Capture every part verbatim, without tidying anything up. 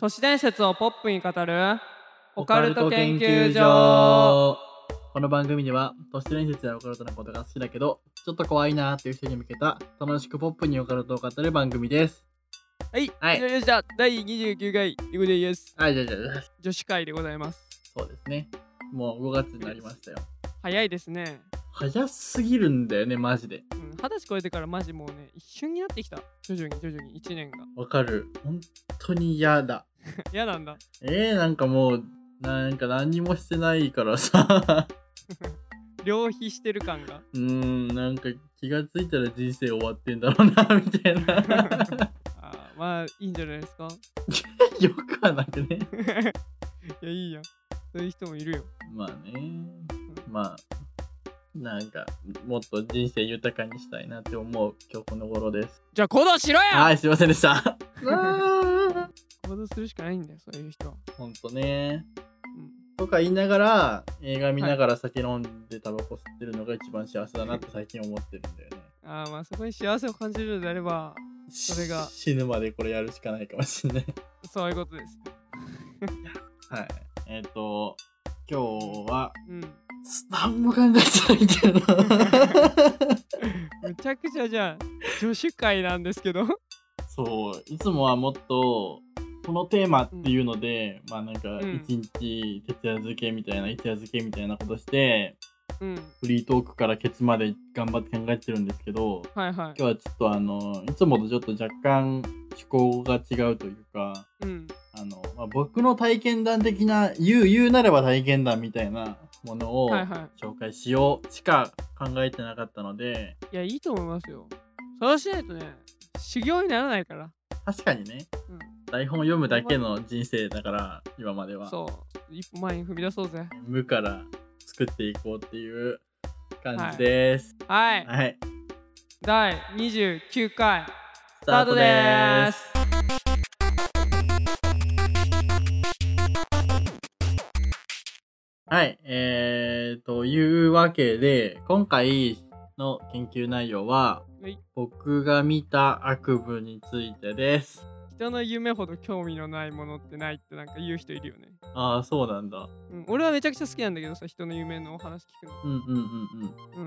都市伝説をポップに語るオオカルトカルト研研究究所。 所。この番組では都市伝説やオカルトなことが好きだけどちょっと怖いなーっていう人に向けた楽しくポップにオカルトを語る番組です。 はい、 はい始まりました。だいにじゅうきゅうかいリコデイです。 はい、じゃあじゃあじゃあ女子会でございます。 そうですね。もうごがつになりましたよ。 早いですね。 早すぎるんだよね、マジで。 うん、はたち超えてからマジもうね、一瞬になってきた。徐々に徐々にいちねんが。 わかる。本当に嫌だ。 嫌なんだ。 えー、なんかもう、なんか何にもしてないからさ。 浪費してる感が。 うーん、なんか気がついたら人生終わってんだろうな、みたいな。 あーまあ、いいんじゃないですか。 よくはなくね。 いや、いいやん。そういう人もいるよ。 まあね。まあ、なんか、もっと人生豊かにしたいなって思う今日この頃です。 じゃあ行動しろやはい、すいませんでした。 行動するしかないんだよ、そういう人は。 ほんとね。 うんとか言いながら、映画見ながら酒飲んでタバコ吸ってるのが一番幸せだなって最近思ってるんだよね。 ああ、まあそこに幸せを感じるのであれば、それが死ぬまでこれやるしかないかもしんない。 そういうことです。 はい。えっ、ー、と、今日は、 うん。 何も考えてないんだよな。 むちゃくちゃじゃあ、女子会なんですけど。 そう、いつもはもっと、このテーマっていうので、うん、まあなんかうん一日徹夜漬けみたいな、一夜漬けみたいなことして、 うん、 フリートークからケツまで頑張って考えてるんですけど、 はいはい、 今日はちょっとあのいつもとちょっと若干思考が違うというか、 うん、 あの、まあ、僕の体験談的な言う言うなれば体験談みたいなものを紹介しようしか考えてなかったので、はいはい、 いやいいと思いますよ。そうしないとね、修行にならないから。 確かにね、うん、台本を読むだけの人生だから今までは。 そう一歩前に踏み出そうぜ。 無から作っていこうっていう感じです。 はい、 はいはい、 だいにじゅうきゅうかいスタートでーす。 はい、えーというわけで今回の研究内容は、はい、僕が見た悪夢についてです。 人の夢ほど興味のないものってないってなんか言う人いるよね。 ああ、そうなんだ。 うん、俺はめちゃくちゃ好きなんだけどさ、人の夢のお話聞くの。 うんうんうんうん。うん。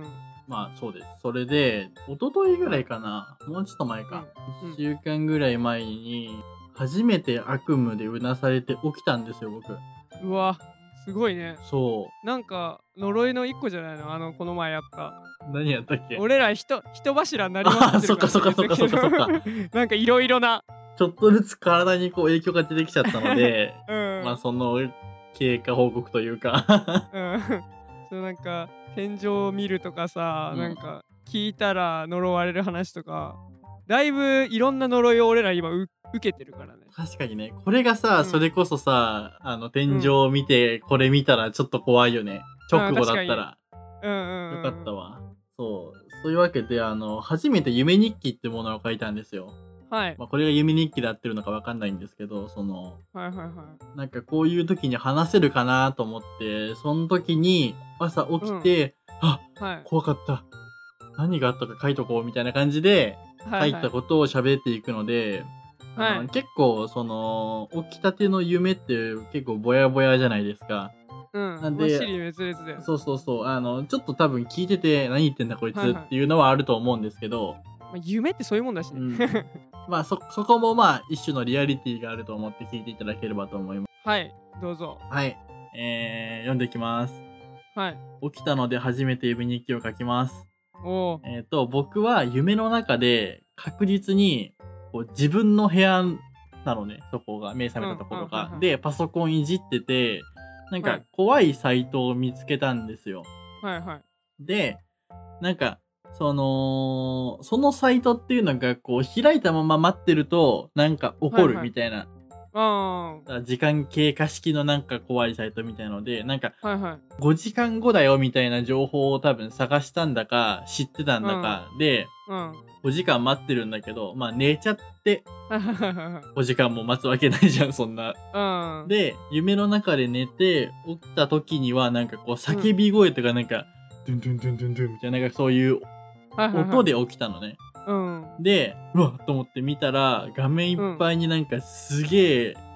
まあそうです。それで、一昨日ぐらいかな、もうちょっと前か。いっしゅうかんぐらい前に、初めて悪夢でうなされて起きたんですよ、僕。 うわ、すごいね。 そう。 なんか、呪いの一個じゃないの、あの、この前やった。 何やったっけ？ 俺ら人、人柱になりまくってるから。 あ、そっかそっかそっかそっかそっか。 なんかいろいろな。 ちょっとずつ体にこう影響が出てきちゃったので、うん、まあその経過報告というか、うん、 そうなんか天井を見るとかさ、うん、なんか聞いたら呪われる話とか、だいぶいろんな呪いを俺ら今受けてるからね。 確かにね、これがさ、うん、それこそさ、あの天井を見てこれ見たらちょっと怖いよね、うん、直後だったら。うんうんうん、よかったわ。そうそういうわけで、あの初めて夢日記ってものを書いたんですよ。 はい、 まあ、これが夢日記で合ってるのか分かんないんですけど、その、 はいはいはい、 なんかこういう時に話せるかなと思って、その時に朝起きて、うん、あ、はい、怖かった、何があったか書いとこうみたいな感じで書いたことを喋っていくので、はいはい、あの結構その起きたての夢って結構ぼやぼやじゃないですか。 うん、なんで、尻滅裂で、 そうそうそう、あのちょっと多分聞いてて何言ってんだこいつっていうのはあると思うんですけど、はいはい、 まあ、夢ってそういうもんだしね、うん、 まあ そ, そこもまあ一種のリアリティがあると思って聞いていただければと思います。 はい、どうぞ。 はい、えー、読んでいきます。 はい。 起きたので初めて夢日記を書きます。 おえっ、ー、と僕は夢の中で確実にこう自分の部屋なのね、そこが目覚めたところが、うんうんうんうん、でパソコンいじってて、なんか怖いサイトを見つけたんですよ。 はいはい。 で、なんかその、そのサイトっていうのがこう開いたまま待ってるとなんか起こるみたいな。はいはい、あ時間経過式のなんか怖いサイトみたいので、なんかごじかんごだよみたいな情報を多分探したんだか知ってたんだかで、うんうん、ごじかん待ってるんだけど、まあ寝ちゃってごじかんも待つわけないじゃん、そんな。うん、で、夢の中で寝て起きた時にはなんかこう叫び声とかなんか、うん、ドゥンドゥンドゥンドゥンドゥンみたいな、なんかそういう音で起きたのね。うん、で、うわっと思って見たら画面いっぱいになんかすげえ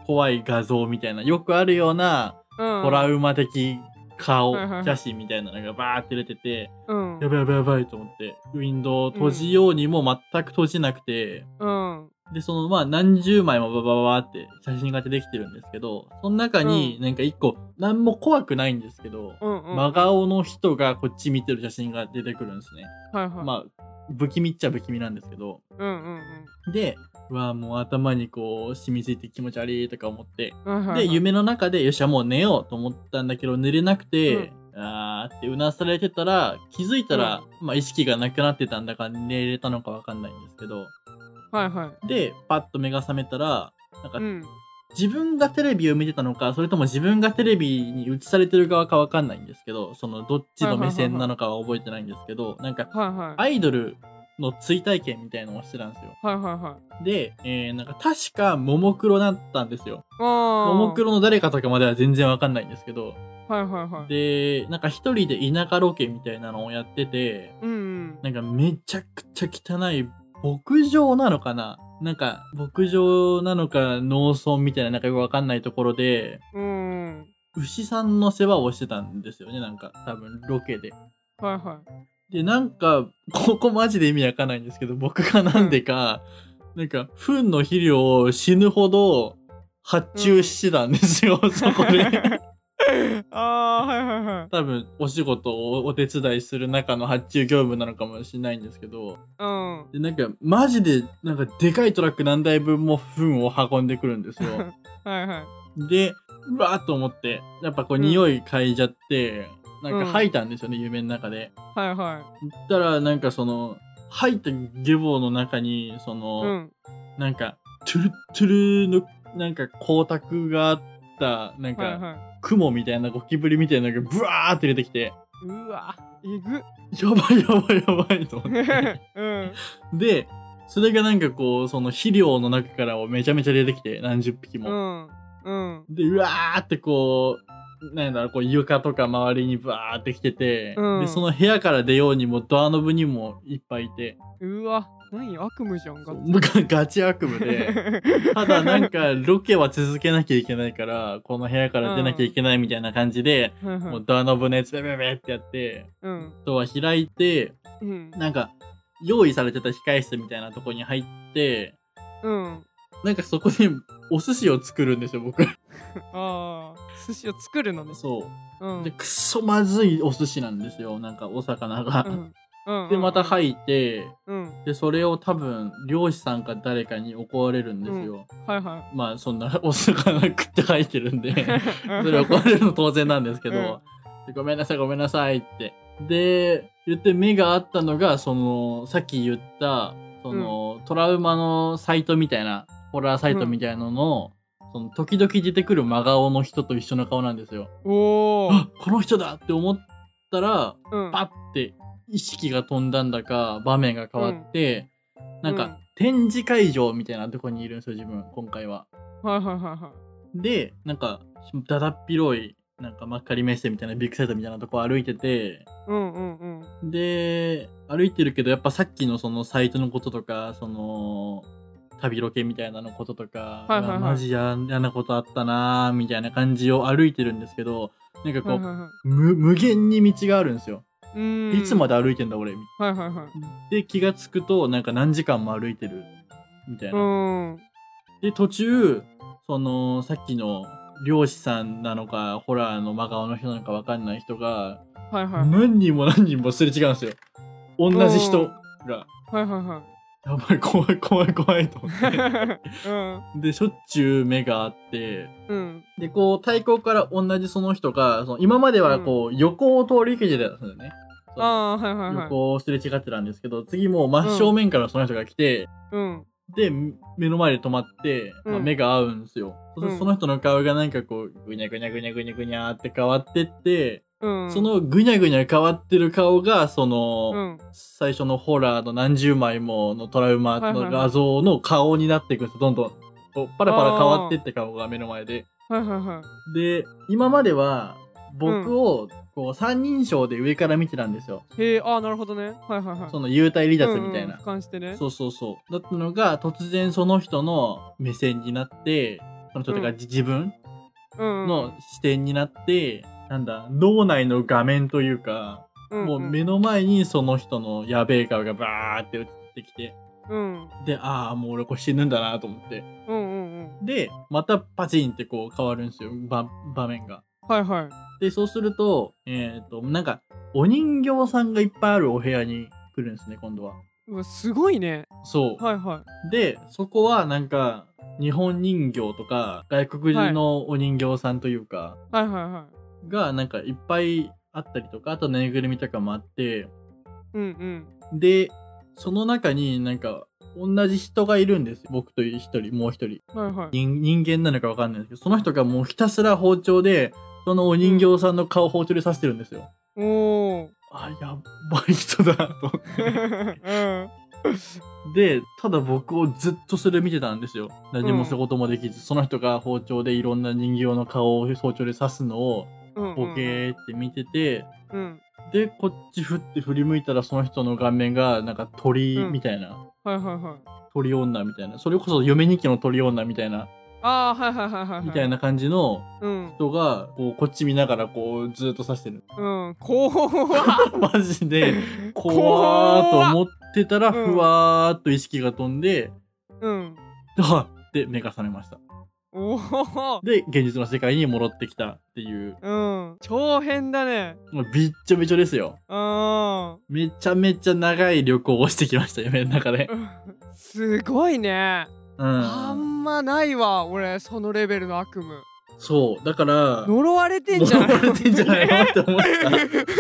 怖い画像みたいな、よくあるようなうん。 トラウマ的顔はいはいはい写真みたいなのがバーって出てて、 うん。 やばいやばいやばいと思って、ウィンドウ閉じようにも全く閉じなくて、 うん。 で、そのまあ何十枚もババババって写真が出てきてるんですけど、その中になんか一個、なんも怖くないんですけど、 うんうん。 真顔の人がこっち見てる写真が出てくるんですね。 はいはい。 まあ、不気味っちゃ不気味なんですけど、 うんうんうん。 で、うわもう頭にこう染みついて気持ち悪いとか思って、 はいはいはいで、夢の中でよっしゃもう寝ようと思ったんだけど寝れなくて、あーってうなされてたら、気づいたら、まあ意識がなくなってたんだか寝れたのかわかんないんですけど、 はいはで、パッと目が覚めたら、なんかい。うん。 自分がテレビを見てたのか、それとも自分がテレビに映されてる側かわかんないんですけど、そのどっちの目線なのかは覚えてないんですけど、なんかはいはい。 アイドルの追体験みたいなのをしてたんですよ。 はいはいはい。 で、えー、なんか確かももクロだったんですよ。 ああ。 ももクロの誰かとかまでは全然わかんないんですけど、 はいはいはい。 で、なんか一人で田舎ロケみたいなのをやってて、 うんうん。 なんかめちゃくちゃ汚い牧場なのかななんか牧場なのか農村みたいななんかよくわかんないところで、 うん。 牛さんの世話をしてたんですよね、なんか多分ロケで。 はいはで、なんか、ここマジで意味わかんないんですけど、僕がなんでか、なんか、糞の肥料を死ぬほど発注してたんですよ、そこで。 い。ああ、はいはいはい。 多分、お仕事をお手伝いする中の発注業務なのかもしれないんですけど、 うん。 で、なんか、マジで、なんか、でかいトラック何台分も糞を運んでくるんですよ。 はいはい。 で、うわーっと思って、やっぱこう、 うん匂い嗅いじゃって、なんかうん吐いたんですよね、夢の中で。 はいは言ったら、なんかその、吐いたゲボの中に、そい。 の、 うん。 なんか、トゥルットゥルの、なんか光沢があった、なんか、 はいはい。 雲みたいなゴキブリみたいなのがブワーって出てきて、 うわ、えぐっ。 やばいやばいやばいと思って。 うん。 で、それがなんかこう、その肥料の中からもめちゃめちゃ出てきて、何十匹うも。 ん。うん。 で、うわーってこう、なんだろう、こう床とか周りにバーって来てて、 うんで、その部屋から出ようにもドアノブにもいっぱいいて、 うわ、何悪夢じゃん、ガそうッガガチ悪夢で、ただなんかロケは続けなきゃいけないから、この部屋から出なきゃいけないみたいな感じで、 はいはいもうドアノブのやつベベベってやって、 うん。 ドア開いて、 うん。 なんか用意されてた控室みたいなとこに入って、 うん。 なんかそこでお寿司を作るんですよ、僕。 ああ、寿司を作るのね。 そうう。 ん。 で、くっそまずいお寿司なんですよ、なんかお魚が。 うん。うん。 で、またい。 入って、 うん。 で、それを多分、漁師さんか誰かに怒られるんですよ。 はいはまあ、そんなお魚食って入ってるんで、 い。 それ怒られるの当然なんですけど、 うんでごめんなさい、ごめんなさいって。で、言って目があったのが、その、さっき言った、その、トラウマのサイトみたいな、ホラーサイトみたいなのの、その、時々出てくる真顔の人と一緒の顔なんですよ。 おお。 あ、この人だって思ったら、 うん。 パッて意識が飛んだんだか、場面が変わって、なんかうん、 展示会場みたいなとこにいるんですよ、自分、今回は。 はいはいはいはで、なんか、だだっ広い、なんか、まっかりメッセみたいなビッグサイトみたいなとこ歩いてて、 い。うんうんうん。 で、歩いてるけど、やっぱさっきのそのサイトのこととか、その、旅ロケみたいなのこととか、 はいはいはいうわマジや嫌なことあったなーみたいな感じを歩いてるんですけど、なんかこう、 はいはいはい。 無無限に道があるんですよ。 うーん。 いつまで歩いてんだ俺。みはいはいはい。 で、気がつくと、なんか何時間も歩いてる。みたいうな。 ーん。 で、途中、その、さっきの漁師さんなのか、ホラーの真顔の人なのかわかんない人が、 はいはい。 何人も何人もすれ違うんですよ。同じ人が。 はいはいはい。 やばい、怖い怖い怖いと思って。 うん。 で、しょっちゅう目があって、 うん。 で、こう、対向から同じその人が、その今まではこう、横を通り抜けてたんですよね。そうああ、はいはいはい。 横をすれ違ってたんですけど、次もう真正面からその人が来て、 うん。 で、目の前で止まって、まあ、 うん目が合うんですよ。そうするとうんその人の顔がなんかこう、ぐにゃぐにゃぐにゃぐにゃぐにゃって変わってって、 うん。 そのぐにゃぐにゃ変わってる顔が、その、 うん。 最初のホラーの何十枚ものトラウマの画像の顔になっていくんですよ。どんどん。こうパラパラ変わってって顔が目の前で。 はいはいはい。 で、今までは僕をこう三人称で上から見てたんですよ。 へえ、ああ、なるほどね。はいはいはい。 その幽体離脱みたいな。 うんうん俯瞰してね。 そうそうそう。だったのが突然その人の目線になって、 その人とか、 うん自分うんの視点になって、なんだ、脳内の画面というか、 うんもう目の前にその人のやべえ顔がバーって映ってきて、 うんで、ああ、もう俺これ死ぬんだなと思って。 うんうんうんで、またパチンってこう変わるんですよ、場場面が。 はいはいで、そうすると、えっと、なんか、お人形さんがいっぱいあるお部屋に来るんですね、今度は。 うわすごいねそはいはう。で、そこはなんか、日本人形とか、外国人のお人形さんというか、 いはいはいはいがなんかいっぱいあったりとか、あとぬいぐるみとかもあって、 うんで、その中になんか、同じ人がいるんですよ。僕と一人、もう一人。 うんはいはい人人間なのかわかんないんですけど、その人がもうひたすら包丁で、そのお人形さんの顔を包丁で刺してるんですよ。 おおあ、やっばい人だと思って。 うんで、ただ僕をずっとそれ見てたんですよ。何もすることもできず、その人が包丁でいろんな人形の顔を包丁で刺すのを、 うんボケーって見てて、 うんで、こっち振って振り向いたらその人の顔面が、なんか鳥みたいな、 はいはいはい鳥女みたいな、それこそ嫁日記の鳥女みたいな、 ああはいはいはいはいみたいな感じのうん人が、こう、こっち見ながらこう、ずーっと刺してる。 うん怖っマジで、怖ーと思ってたら、 うんふわーっと意識が飛んで、 うんあっで、目が覚めました。 おおで、現実の世界に戻ってきたっていう。 うん超変だねもうびっちょびちょですよ。 あめちゃめちゃ長い旅行をしてきました、夢の中で。 あすごいねうん。 あんまないわ俺そのレベルの悪夢そう。だから、 呪われてんじゃない呪われてんじゃないのって思った。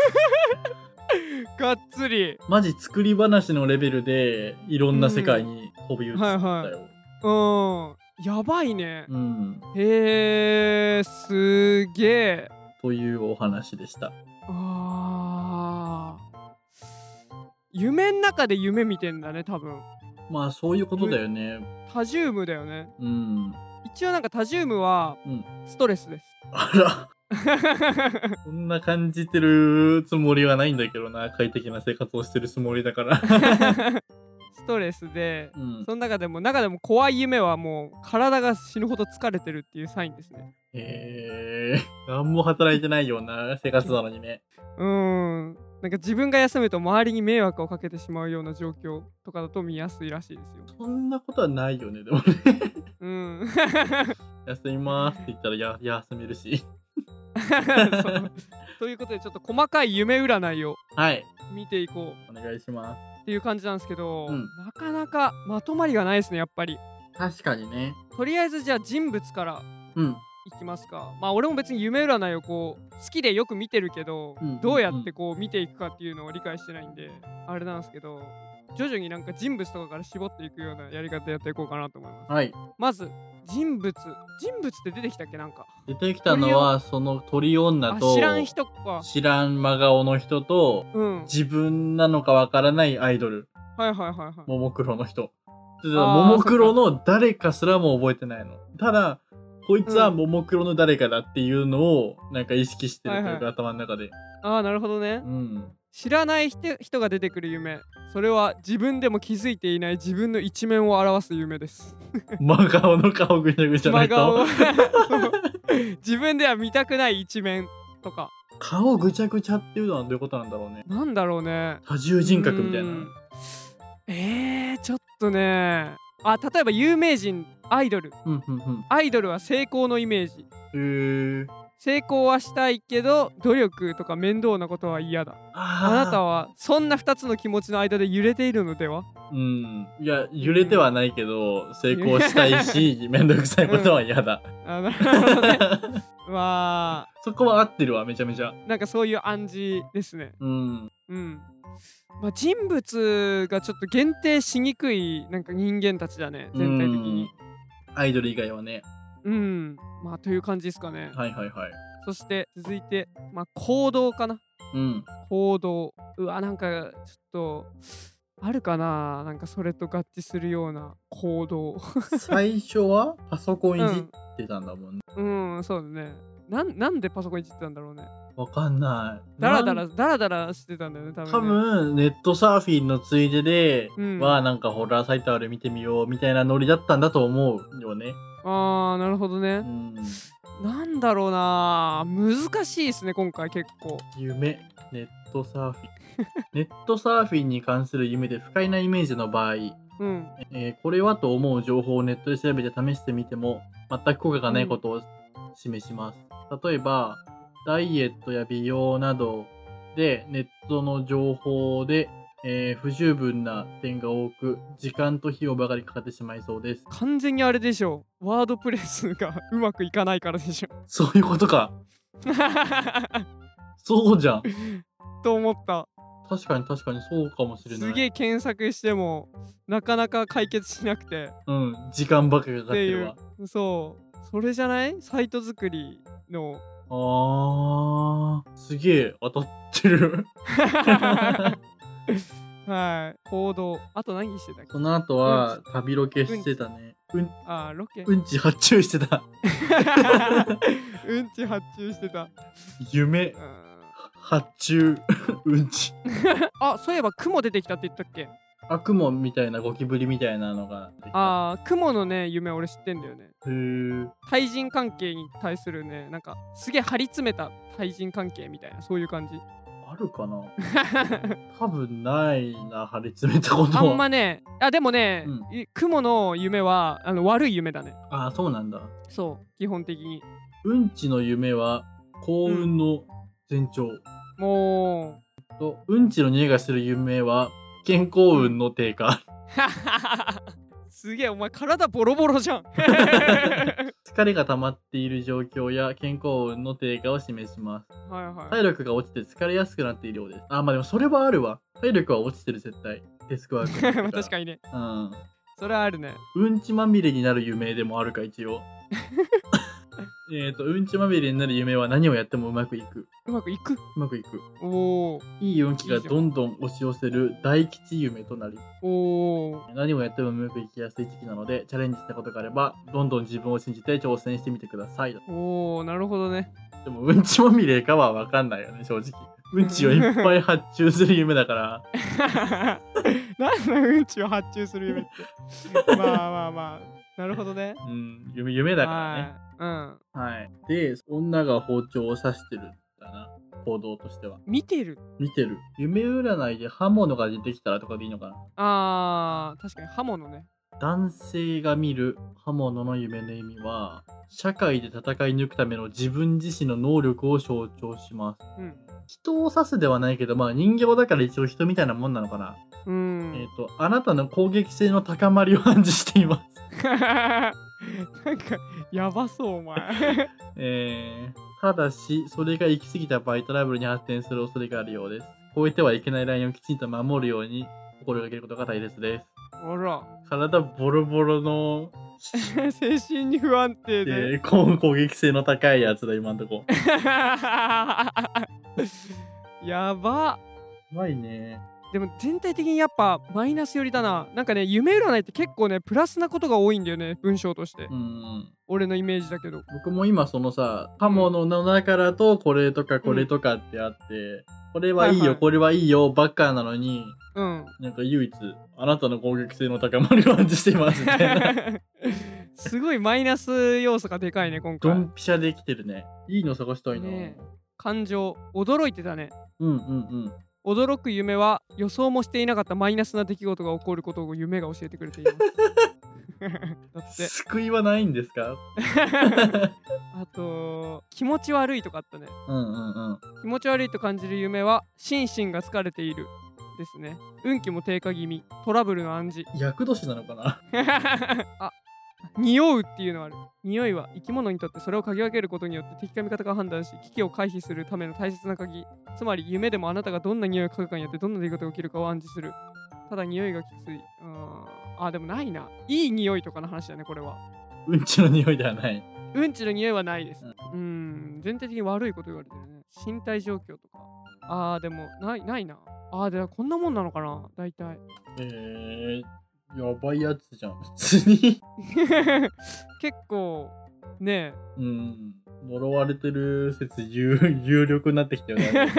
がっつりマジ作り話のレベルで、いろんな世界に飛び移ったよ。 はいはいうんやばいねうん。 へえすげえというお話でした。 あー夢ん中で夢見てんだね多分まあ、そういうことだよね。 タジウムだよねうん。 一応なんかタジウムはうん。 ストレスですあら。そんな感じてるつもりはないんだけどな。快適な生活をしてるつもりだから。 ストレスで、 うん。 その中でも中でも怖い夢はもう体が死ぬほど疲れてるっていうサインですねへえ。何も働いてないような生活なのにね。 うーんなんか自分が休むと周りに迷惑をかけてしまうような状況とかだと見やすいらしいですよそんなことはないよね、でもね。 うん休みますって言ったらや休めるし。 そうということでちょっと細かい夢占いをはい。 見ていこうお願いします。 っていう感じなんですけど、 うんなかなかまとまりがないですねやっぱり確かにね。 とりあえずじゃあ人物からうん。 いきますか。まあ俺も別に夢占いをこう好きでよく見てるけど、 うんうんうんどうやってこう見ていくかっていうのを理解してないんであれなんですけど、徐々になんか人物とかから絞っていくようなやり方やっていこうかなと思います。 はい。 まず人物人物って出てきたっけなんか出てきたのは、その鳥女と、 あ知らん人か知らん真顔の人と、 うん自分なのかわからないアイドル、 はいはいはいはいももクロの人。 ーももクロの誰かすらも覚えてないの。ただ、こいつはももクロの誰かだっていうのを、なんか意識してるというか、 はいはい頭の中で。 ああなるほどねうん。 知らない人人が出てくる夢それは自分でも気づいていない自分の一面を表す夢です真顔の顔ぐちゃぐちゃな人。 真顔そう自分では見たくない一面とか顔ぐちゃぐちゃっていうのはどういうことなんだろうね。 なんだろうね多重人格みたいうな。 んえー、ちょっとねあ例えば有名人アイドルうんうんうん。 アイドルは成功のイメージへー。 成功はしたいけど努力とか面倒なことは嫌だああなたはそんなふたつの気持ちの間で揺れているのではうん。いや、揺れてはないけど、成功したいし、めんどくさいことは嫌だ。 あなるほどねまあそこは合ってるわ、めちゃめちゃ。 なんかそういう暗示ですねうん。 うんまあ人物がちょっと限定しにくいなんか人間たちだね全体的にアイドル以外はね。 うんまあという感じですかねはいはいはい。 そして続いてまあ行動かなうん。 行動うわなんかちょっとあるかななんかそれと合致するような行動最初はパソコンいじってたんだもんね。 うんそうだねなんなんでパソコンいじってたんだろうね。 わかんない。 ダラダラダラダラしてたんだよね多分ね。 多分ネットサーフィンのついでで、 うん、 はなんかホラーサイトある見てみようみたいなノリだったんだと思うよね。 あーなるほどね、 うん、 なんだろうな、難しいですね今回結構。 夢、ネットサーフィンネットサーフィンに関する夢で不快なイメージの場合、 うん、 えーこれはと思う情報をネットで調べて試してみても全く効果がないことを示します。例えばダイエットや美容などでネットの情報で、えー不十分な点が多く時間と費用ばかりかかってしまいそうです。 完全にあれでしょ、ワードプレスがうまくいかないからでしょそういうことか。そうじゃん。 と思った。 確かに確かにそうかもしれない。 すげえ検索してもなかなか解決しなくてうん、時間ばかりかかっっていうてるわ。 そうそれじゃないサイト作りのあー、すげえ当たってる。 はい行動。あと何してたっけ。 その後は旅ロケしてたね。うん、 あーロケうんち発注してた。 うんち発注してた。 夢、 うん発注、うんち。 あそういえば雲出てきたって言ったっけ。 悪夢みたいなゴキブリみたいなのができた。 あー雲のね夢俺知ってんだよね。 へー。 対人関係に対するねなんかすげえ張り詰めた対人関係みたいなそういう感じ。 あるかな。多分ないな、張り詰めたことは。 あんまねあでもね、 うんい雲の夢はあの悪い夢だね。 ああ、そうなんだ。 そう基本的に。 うんちの夢は幸運の前兆。 もうと、うんちの匂いがする夢は健康運の低下。 すげえお前体ボロボロじゃん。 疲れが溜まっている状況や健康運の低下を示します。 はいはい体力が落ちて疲れやすくなっているようです。あ、まあでもそれはあるわ。体力は落ちてる絶対。デスクワークまあ確かにねに。うん。 それはあるね。 うんちまみれになる夢でもあるか一応。えっと、うんちまみれになる夢は何をやってもうまくいく。 うまくいく。 うまくいく。 おおいい運気がどんどん押し寄せる大吉夢となり、 おお何をやってもうまくいきやすい時期なので、チャレンジしたことがあれば、どんどん自分を信じて挑戦してみてください。 おおなるほどね。 でも、うんちまみれかはわかんないよね、正直。うんちをいっぱい発注する夢だから。 なんだうんちを発注する夢って。まあまあまあなるほどね。 うん、夢、夢だからね。 はいうんはい。で、女が包丁を刺してるんだな。行動としては。 見てる。 見てる。夢占いで刃物が出てきたらとかでいいのかな。 あー確かに刃物ね。 男性が見る刃物の夢の意味は、社会で戦い抜くための自分自身の能力を象徴します。 うん人を指すではないけど、まあ人形だから一応人みたいなもんなのかな。 うんえっ、と、あなたの攻撃性の高まりを暗示しています。 なんかやばそうお前。 えー、ただし、それが行き過ぎた場合トラブルに発展する恐れがあるようです。超えてはいけないラインをきちんと守るように心がけることが大切です。 ほら体ボロボロの精神に不安定で、 えー、攻攻撃性の高いやつだ今んとこ。 やば。 うまいね。 でも全体的にやっぱマイナス寄りだな。なんかね夢占いって結構ねプラスなことが多いんだよね文章として、 うん。 俺のイメージだけど。 僕も今そのさ、刃物の中からとこれとかこれとかってあって、これはいいよ、 はいはいこれはいいよばっかなのに、 うんなんか唯一あなたの攻撃性の高まりを暗示していますみたいな。 すごいマイナス要素がでかいね今ド回。 ンピシャできてるね。いいの探したいな。 ね感情驚いてたね。 うんうんうん。 驚く夢は予想もしていなかったマイナスな出来事が起こることを夢が教えてくれています。だって救いはないんですか？ あと気持ち悪いとかあったね。 うんうんうん。 気持ち悪いと感じる夢は心身が疲れているですね。運気も低下気味、トラブルの暗示。 厄年なのかな？ あ匂うっていうのある。匂いは生き物にとってそれを嗅ぎ分けることによって敵か味方か判断し危機を回避するための大切な鍵。つまり夢でもあなたがどんな匂いを嗅ぐかによってどんな出来事が起きるかを暗示する。ただ匂いがきつい。うんあでもないな。いい匂いとかの話だねこれは。 うんちの匂いではない。 うんちの匂いはないです。うん、ん全体的に悪いこと言われてるね。身体状況とか。あーでもないないな。あーでもこんなもんなのかな大体。 えー、やばいやつじゃん普通に。 結構ねうん。 え呪われてる説有有力になってきたよね。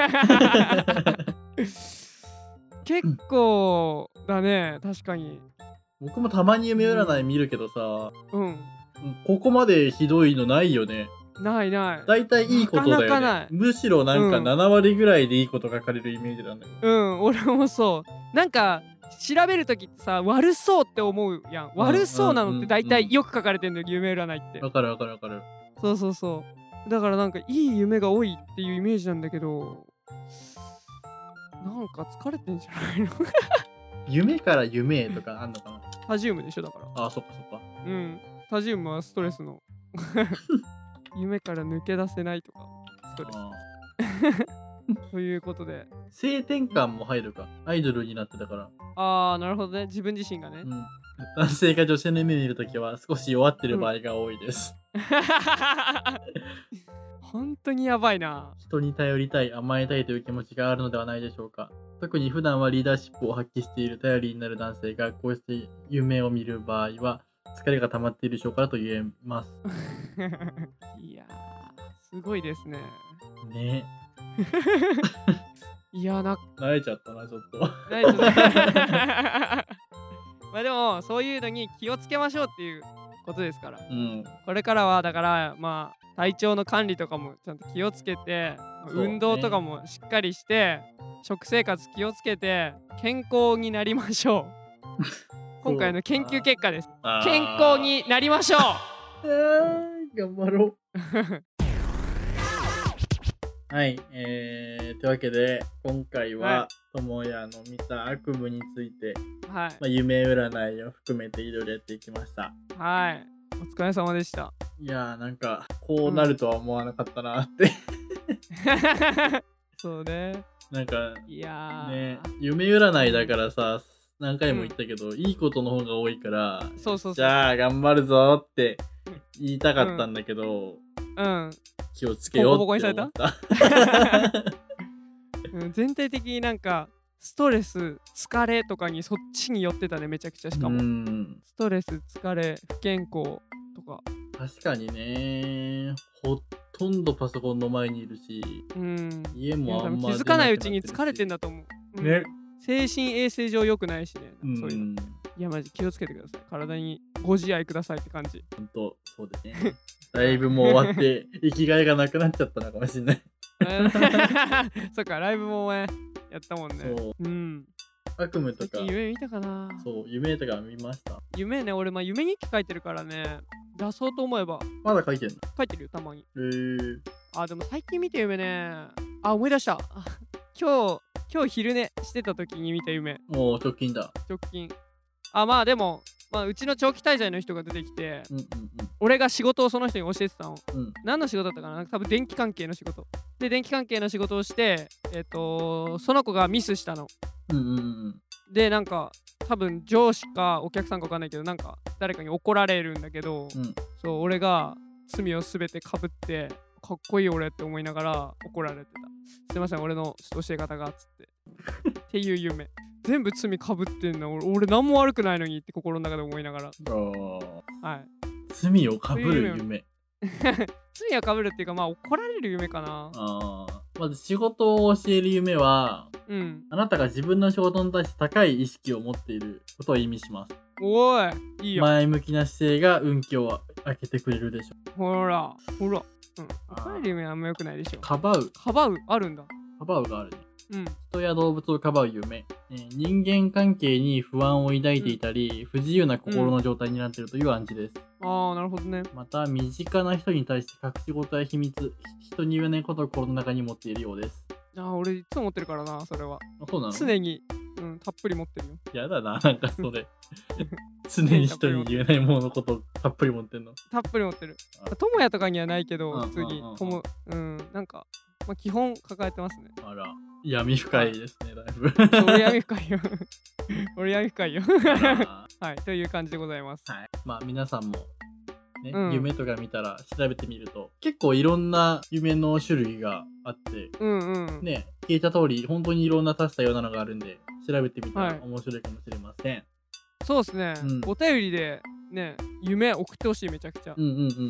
結構だね、確かに。 僕もたまに夢占い見るけどさ、 うん。 ここまでひどいのないよね。 ないない。 だいたいいいことだよね。 なかなかない。 むしろなんかななわりぐらいでいいこと書かれるイメージなんだけど。 うん、俺もそう。なんか調べるときってさ、悪そうって思うやん。悪そうなのって大体よく書かれてんのよ、夢占いって。 わかるわかるわかる。 そうそうそう。だからなんかいい夢が多いっていうイメージなんだけど、なんか疲れてんじゃないの？ 夢から夢へとかあんのかな。 タジウムでしょだから。 ああ、そっかそっか。 うん。タジウムはストレスの夢から抜け出せないとかストレスということで、 性転換も入るか。アイドルになってたから。 ああ、なるほどね。自分自身がね。 うん、男性が女性の夢見るときは少し弱ってる場合が多いです。うん、 本当にやばいな。 人に頼りたい、甘えたいという気持ちがあるのではないでしょうか。特に普段はリーダーシップを発揮している頼りになる男性がこうして夢を見る場合は疲れが溜まっているでしょうからと言えます。 いやー、すごいですね。 ね。 いやな、 慣れちゃったな、ちょっと。 慣れちゃったまあでも、そういうのに気をつけましょうっていうことですから。うん、これからは、だから、まあ、体調の管理とかもちゃんと気をつけて、ね、運動とかもしっかりして、食生活気をつけて、健康になりましょう。今回の研究結果です。健康になりましょう。 頑張ろう。はい、えー、というわけで今回はともやの見た悪夢について、はい、まあ、夢占いを含めていろいろやっていきました。 はい、お疲れ様でした。 いやー、なんかこうなるとは思わなかったなって、 うん、そうね。 なんかいやね、夢占いだからさ、何回も言ったけど、うん、いいことの方が多いから、 そうそうそう、 じゃあ頑張るぞって言いたかったんだけど、 うん、うん、 気をつけようって思った。ボコボコにされたうん、全体的になんかストレス疲れとかにそっちに寄ってたね、めちゃくちゃ。しかも、うん、ストレス疲れ不健康とか。 確かにね、ほとんどパソコンの前にいるし、うん、家もあんま気づかないうちに疲れてんだと思う、うん、ね、精神衛生上良くないしね、 うん、 そういうの。いやマジ気をつけてください。体にご自愛くださいって感じ。 ほんとそうですね。ライブも終わって生きがいがなくなっちゃったのかもしれない。 そっか、ライブもねやったもんね。 そう、 うん、 悪夢とか夢見たかな。 そう、夢とか見ました。 夢ね、俺まあ夢日記書いてるからね、出そうと思えば。 まだ書いてんの？ 書いてるよ、たまに。 へー。 あ、でも最近見た夢ね、あ、思い出した。今日今日昼寝してた時に見た夢。 もう直近だ。 直近。あ、まあでも、まあ、うちの長期滞在の人が出てきて、 うんうんうん、 俺が仕事をその人に教えてたの、 うん、 何の仕事だったかな、なんか多分電気関係の仕事で、電気関係の仕事をして、えっとその子がミスしたの、 うんうんうん、 でなんか多分上司かお客さんか分かんないけど、なんか誰かに怒られるんだけど、うん、そう、俺が罪を全てかぶってかっこいい俺って思いながら怒られてた。すいません、俺の教え方がっつってっていう夢。全部罪かぶってんの、俺、俺何も悪くないのにって心の中で思いながら。はい。 罪をかぶる夢。 罪をかぶるっていうか、まあ怒られる夢かな。 あ、まず仕事を教える夢は、うん、あなたが自分の仕事に対して高い意識を持っていることを意味します。 おい、いいよ。 前向きな姿勢が運気を開けてくれるでしょう。 ほら、ほら。うん、怒られる夢はあんま良くないでしょ。 かばう。 かばう、あるんだ。 かばうがあるね。 うん、 人や動物をかばう夢、えー、人間関係に不安を抱いていたり、うん、不自由な心の状態になっているという暗示です。 うん、ああ、なるほどね。 また身近な人に対して隠し事や秘密、人に言えないことを心の中に持っているようです。 ああ、俺いつも持ってるからな、それは。 あ、そうなの？ 常に、うん、たっぷり持ってるよ。 やだな、なんかそれ常に人に言えないもののことをたっぷり持ってるの。 たっぷり持ってる。友也とかにはないけど、普通に友、うん、なんか、まあ、基本抱えてますね。 あら、闇深いですね、だいぶ。 俺闇深いよ。俺闇深いよ。はい、という感じでございます。 はい、まあ皆さんも、ね、うん、夢とか見たら調べてみると、結構いろんな夢の種類があって、 うんうん、 ね、聞いた通り、本当にいろんな多種多様なのがあるんで、調べてみたら面白いかもしれません。はい、 そうですね、うん、お便りでね、夢送ってほしい、めちゃくちゃ。 うんうんうん。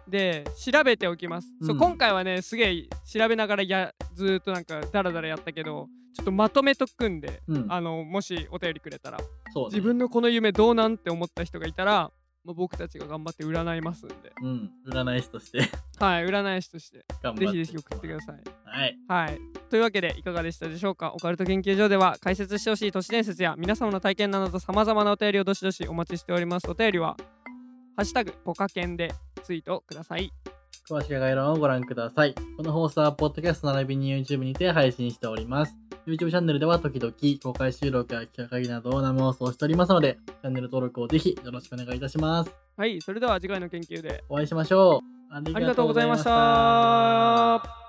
で調べておきます、 うん、 そう今回はねすげえ調べながらやずーっとなんかダラダラやったけどちょっとまとめとくんで、うん、あのもしお便りくれたら、そうね、自分のこの夢どうなんって思った人がいたらもう僕たちが頑張って占いますんで、 うん、占い師としてはい占い師としてぜひぜひ送ってください。 はい、 はい、というわけでいかがでしたでしょうか。オカルト研究所では解説してほしい都市伝説や皆様の体験などさまざまなお便りをどしどしお待ちしております。お便りはハッシュタグポカケンでツイートください。 詳しい概要欄をご覧ください。この放送はポッドキャスト並びに YouTube にて配信しております。YouTube チャンネルでは時々公開収録や企画会議などを生放送しておりますので、チャンネル登録をぜひよろしくお願いいたします。 はい、それでは次回の研究でお会いしましょう。 ありがとうございました。